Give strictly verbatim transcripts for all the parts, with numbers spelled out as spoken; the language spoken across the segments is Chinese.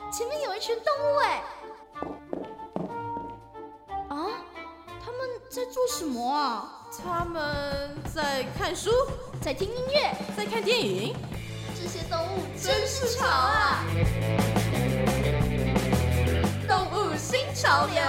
前面有一群动物哎！啊，他们在做什么啊？ 他们在看书， 在听音乐， 在看电影。 这些动物真是潮啊！动物新潮流。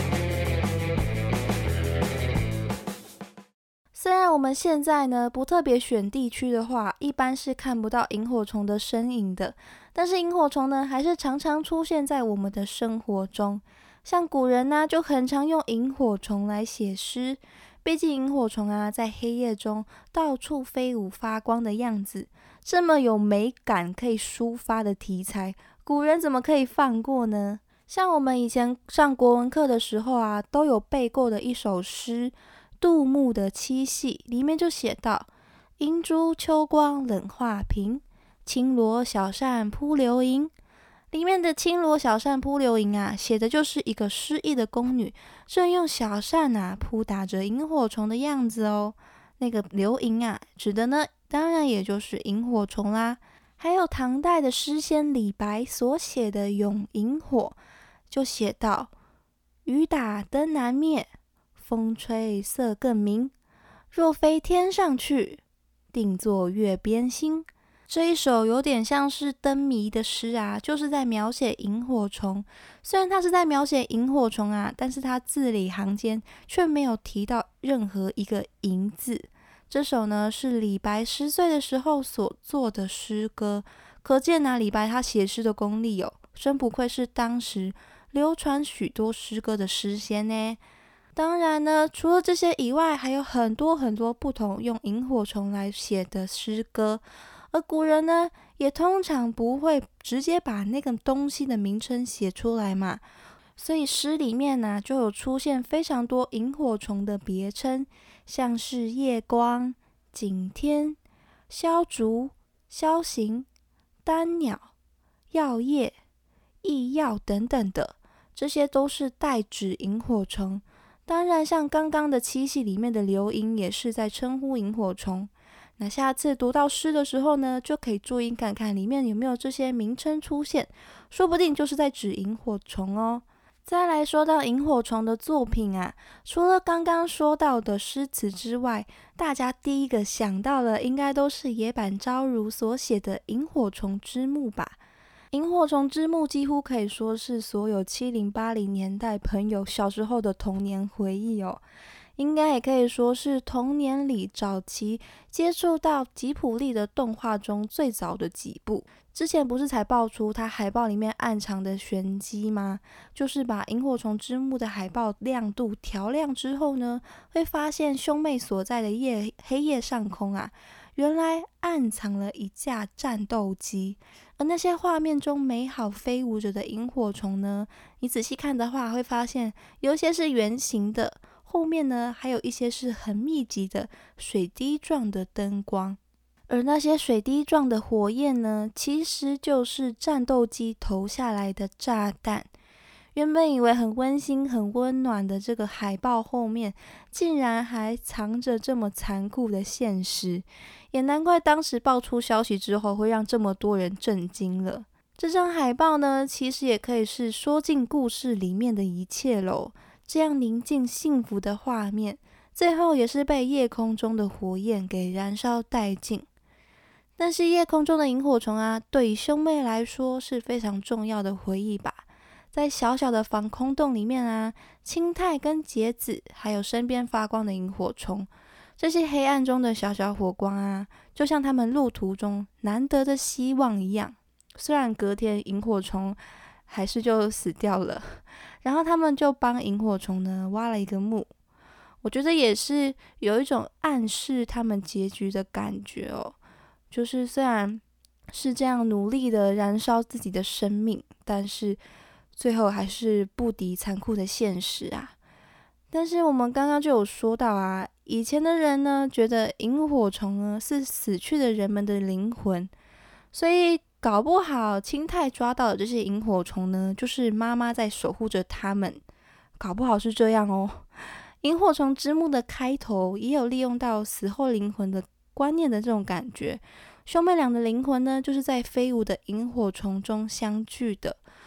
虽然我们现在呢不特别选地区的话，一般是看不到萤火虫的身影的，但是萤火虫呢还是常常出现在我们的生活中。像古人呢就很常用萤火虫来写诗，毕竟萤火虫啊在黑夜中到处飞舞发光的样子，这么有美感可以抒发的题材，古人怎么可以放过呢？像我们以前上国文课的时候啊，都有背过的一首诗，杜牧的七夕里面就写到：银烛秋光冷画屏，轻罗小扇扑流萤。里面的轻罗小扇扑流萤啊，写的就是一个失意的宫女正用小扇啊扑打着萤火虫的样子哦。那个流萤啊，指的呢当然也就是萤火虫啦。还有唐代的诗仙李白所写的《咏萤火》，就写到：雨打灯难灭，风吹色更明。若飞天上去，定作月边星。这一首有点像是灯谜的诗啊，就是在描写萤火虫。虽然它是在描写萤火虫啊，但是它字里行间却没有提到任何一个萤字。这首呢是李白十岁的时候所作的诗歌，可见啊李白他写诗的功力哦，真不愧是当时流传许多诗歌的诗仙呢。当然呢，除了这些以外，还有很多很多不同用萤火虫来写的诗歌。而古人呢，也通常不会直接把那个东西的名称写出来嘛，所以诗里面呢、啊、就有出现非常多萤火虫的别称，像是夜光、景天、枭烛、枭形、丹鸟、药叶、异药等等的，这些都是代指萤火虫。当然像刚刚的七夕里面的流萤也是在称呼萤火虫。那下次读到诗的时候呢，就可以注意看看里面有没有这些名称出现，说不定就是在指萤火虫哦。再来说到萤火虫的作品啊，除了刚刚说到的诗词之外，大家第一个想到的应该都是野坂昭如所写的《萤火虫之墓》吧。萤火虫之墓几乎可以说是所有七零八零年代朋友小时候的童年回忆哦。应该也可以说是童年里早期接触到吉卜力的动画中最早的几部。之前不是才爆出它海报里面暗藏的玄机吗？就是把萤火虫之墓的海报亮度调亮之后呢，会发现兄妹所在的夜黑夜上空啊，原来暗藏了一架战斗机。而那些画面中美好飞舞着的萤火虫呢，你仔细看的话会发现有些是圆形的，后面呢还有一些是很密集的水滴状的灯光，而那些水滴状的火焰呢，其实就是战斗机投下来的炸弹。原本以为很温馨很温暖的这个海报后面，竟然还藏着这么残酷的现实，也难怪当时爆出消息之后会让这么多人震惊了。这张海报呢，其实也可以是说尽故事里面的一切喽。这样宁静幸福的画面，最后也是被夜空中的火焰给燃烧殆尽。但是夜空中的萤火虫啊，对于兄妹来说是非常重要的回忆吧。在小小的防空洞里面啊，青苔跟节子，还有身边发光的萤火虫，这些黑暗中的小小火光啊，就像他们路途中难得的希望一样。虽然隔天萤火虫还是就死掉了，然后他们就帮萤火虫呢挖了一个墓，我觉得也是有一种暗示他们结局的感觉哦。就是虽然是这样努力的燃烧自己的生命，但是最后还是不敌残酷的现实啊。但是我们刚刚就有说到啊，以前的人呢觉得萤火虫呢是死去的人们的灵魂，所以搞不好青太抓到的这些萤火虫呢，就是妈妈在守护着他们，搞不好是这样哦。萤火虫之墓的开头也有利用到死后灵魂的观念的这种感觉，兄妹俩的灵魂呢，就是在飞舞的萤火虫中相聚的。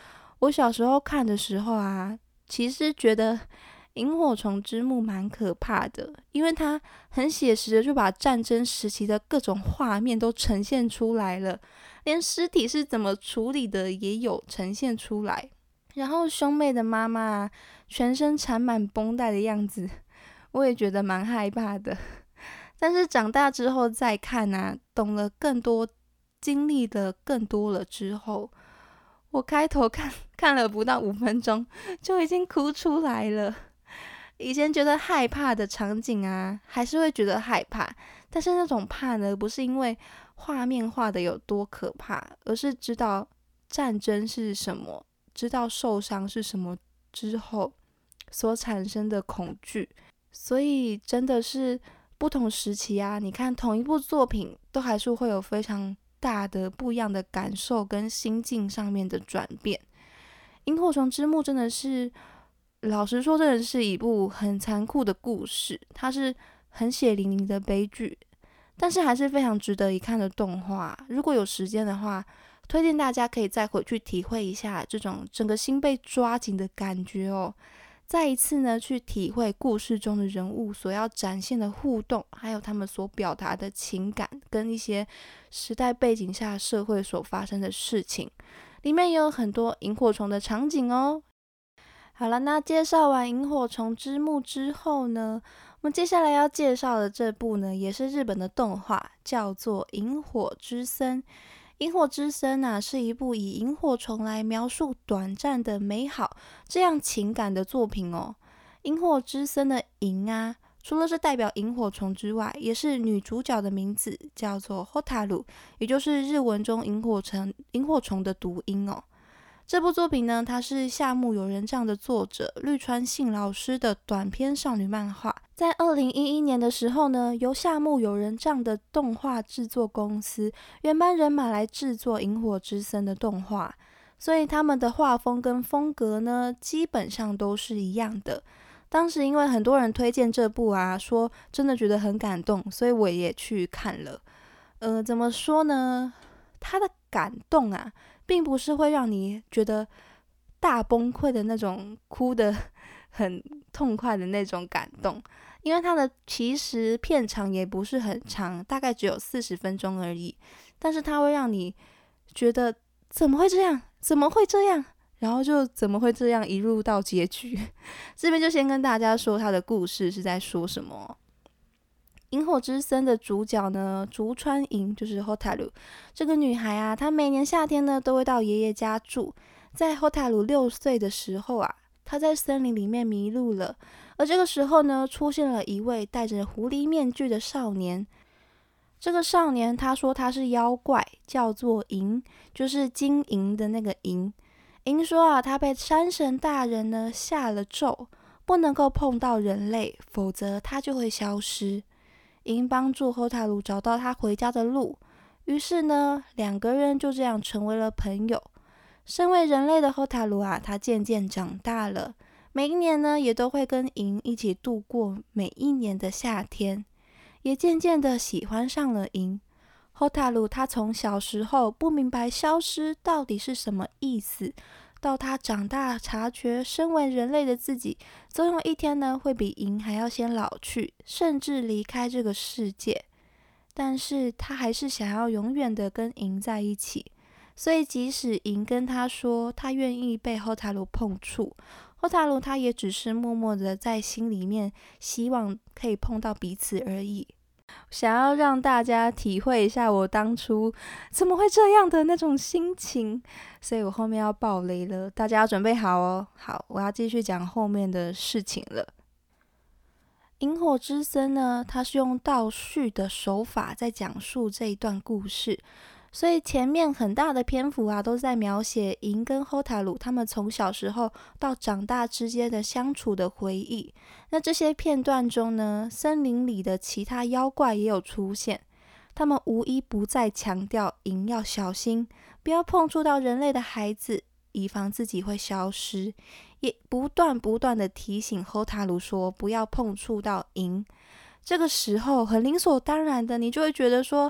我小时候看的时候啊，其实觉得萤火虫之墓蛮可怕的，因为它很写实的就把战争时期的各种画面都呈现出来了，连尸体是怎么处理的也有呈现出来。然后兄妹的妈妈啊，全身缠满绷带的样子，我也觉得蛮害怕的。但是长大之后再看啊，懂了更多，经历的更多了之后，我开头看看了不到五分钟，就已经哭出来了。以前觉得害怕的场景啊，还是会觉得害怕，但是那种怕呢，不是因为画面画的有多可怕，而是知道战争是什么，知道受伤是什么之后所产生的恐惧。所以真的是不同时期啊，你看同一部作品，都还是会有非常大的不一样的感受跟心境上面的转变。萤火虫之墓真的是，老实说，真的是一部很残酷的故事，它是很血淋淋的悲剧，但是还是非常值得一看的动画。如果有时间的话，推荐大家可以再回去体会一下这种整个心被抓紧的感觉哦。再一次呢，去体会故事中的人物所要展现的互动，还有他们所表达的情感，跟一些时代背景下社会所发生的事情。里面也有很多萤火虫的场景哦。好了，那介绍完萤火虫之墓之后呢，我们接下来要介绍的这部呢，也是日本的动画，叫做《萤火之森》。萤火之森啊，是一部以萤火虫来描述短暂的美好这样情感的作品哦。萤火之森的萤啊，除了是代表萤火虫之外，也是女主角的名字，叫做 Hotaru， 也就是日文中萤火虫萤火虫的读音哦。这部作品呢，它是夏目友人帐的作者绿川信老师的短篇少女漫画。在二零一一年的时候呢，由夏目友人帐的动画制作公司原班人马来制作《萤火之森》的动画，所以他们的画风跟风格呢，基本上都是一样的。当时因为很多人推荐这部啊，说真的觉得很感动，所以我也去看了。呃，怎么说呢？它的感动啊，并不是会让你觉得大崩溃的那种，哭得很痛快的那种感动，因为它的其实片长也不是很长，大概只有四十分钟而已，但是它会让你觉得怎么会这样，怎么会这样，然后就怎么会这样一路到结局。这边就先跟大家说它的故事是在说什么。萤火之森的主角呢，竹川萤就是 Hotaru 这个女孩啊，她每年夏天呢都会到爷爷家住。在 Hotaru 六岁的时候啊，她在森林里面迷路了，而这个时候呢，出现了一位戴着狐狸面具的少年。这个少年他说他是妖怪，叫做萤，就是金银的那个萤。萤说啊，他被山神大人呢下了咒，不能够碰到人类，否则他就会消失。萤帮助Hotaru找到他回家的路，于是呢，两个人就这样成为了朋友。身为人类的Hotaru啊，他渐渐长大了，每一年呢，也都会跟萤一起度过每一年的夏天，也渐渐的喜欢上了萤。Hotaru他从小时候不明白消失到底是什么意思，到他长大察觉身为人类的自己总有一天呢会比萤还要先老去，甚至离开这个世界，但是他还是想要永远的跟萤在一起。所以即使萤跟他说他愿意被Hotaru碰触，Hotaru他也只是默默的在心里面希望可以碰到彼此而已。想要让大家体会一下我当初怎么会这样的那种心情，所以我后面要爆雷了，大家要准备好哦。好，我要继续讲后面的事情了。萤火之森呢，它是用倒叙的手法在讲述这一段故事，所以前面很大的篇幅啊，都在描写萤跟Hotaru他们从小时候到长大之间的相处的回忆。那这些片段中呢，森林里的其他妖怪也有出现，他们无一不再强调萤要小心，不要碰触到人类的孩子，以防自己会消失，也不断不断的提醒Hotaru说不要碰触到萤。这个时候很理所当然的，你就会觉得说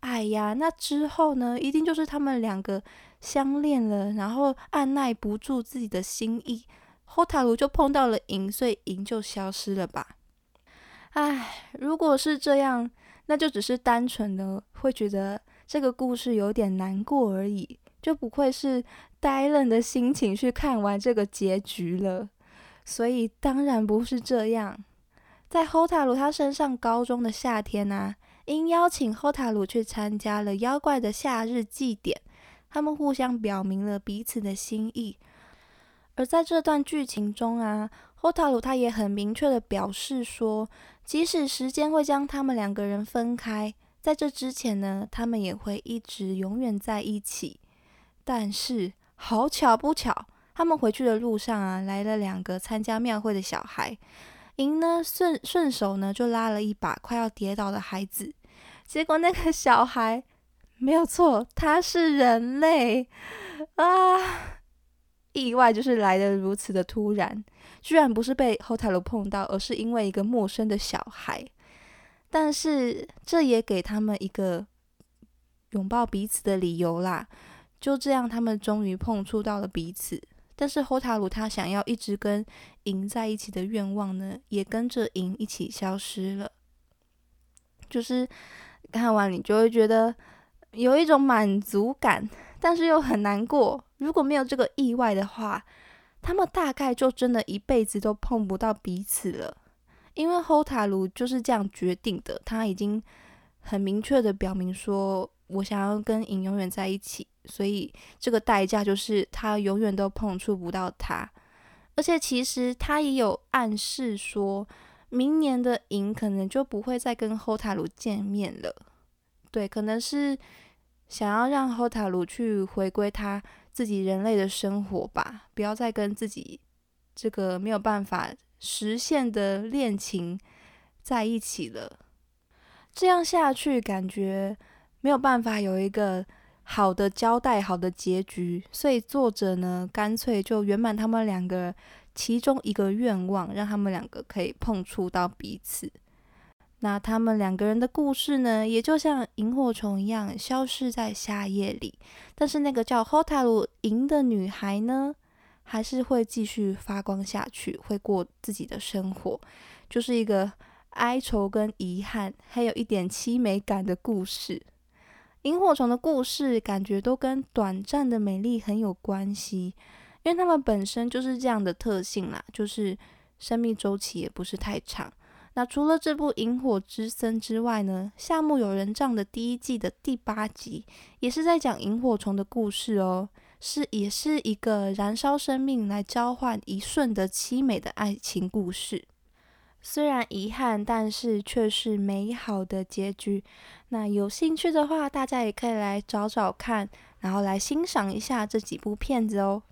哎呀，那之后呢，一定就是他们两个相恋了，然后按耐不住自己的心意，后塔鲁就碰到了银，所以银就消失了吧。唉，如果是这样，那就只是单纯的会觉得这个故事有点难过而已，就不会是呆愣的心情去看完这个结局了。所以当然不是这样。在后塔鲁他升上高中的夏天啊，因邀请后塔鲁去参加了妖怪的夏日祭典，他们互相表明了彼此的心意。而在这段剧情中啊，后塔鲁他也很明确的表示说，即使时间会将他们两个人分开，在这之前呢，他们也会一直永远在一起。但是好巧不巧，他们回去的路上啊，来了两个参加庙会的小孩。银呢顺顺手呢就拉了一把快要跌倒的孩子，结果那个小孩没有错，他是人类啊！意外就是来得如此的突然，居然不是被后塔鲁碰到，而是因为一个陌生的小孩。但是这也给他们一个拥抱彼此的理由啦。就这样，他们终于碰触到了彼此。但是后塔鲁他想要一直跟银在一起的愿望呢，也跟着银一起消失了。就是看完你就会觉得有一种满足感，但是又很难过。如果没有这个意外的话，他们大概就真的一辈子都碰不到彼此了。因为后塔鲁就是这样决定的，他已经很明确的表明说，我想要跟银永远在一起，所以这个代价就是他永远都碰触不到他。而且其实他也有暗示说，明年的银可能就不会再跟后塔鲁见面了。对，可能是想要让后塔鲁去回归他自己人类的生活吧，不要再跟自己这个没有办法实现的恋情在一起了。这样下去感觉没有办法有一个好的交代，好的结局，所以作者呢干脆就圆满他们两个其中一个愿望，让他们两个可以碰触到彼此。那他们两个人的故事呢，也就像萤火虫一样消失在夏夜里，但是那个叫后塔鲁银的女孩呢，还是会继续发光下去，会过自己的生活，就是一个哀愁跟遗憾还有一点凄美感的故事。萤火虫的故事感觉都跟短暂的美丽很有关系，因为它们本身就是这样的特性啦，就是生命周期也不是太长。那除了这部《萤火之森》之外呢，夏目友人帐的第一季的第八集也是在讲萤火虫的故事哦，是也是一个燃烧生命来交换一瞬的凄美的爱情故事。虽然遗憾，但是却是美好的结局。那有兴趣的话，大家也可以来找找看，然后来欣赏一下这几部片子哦。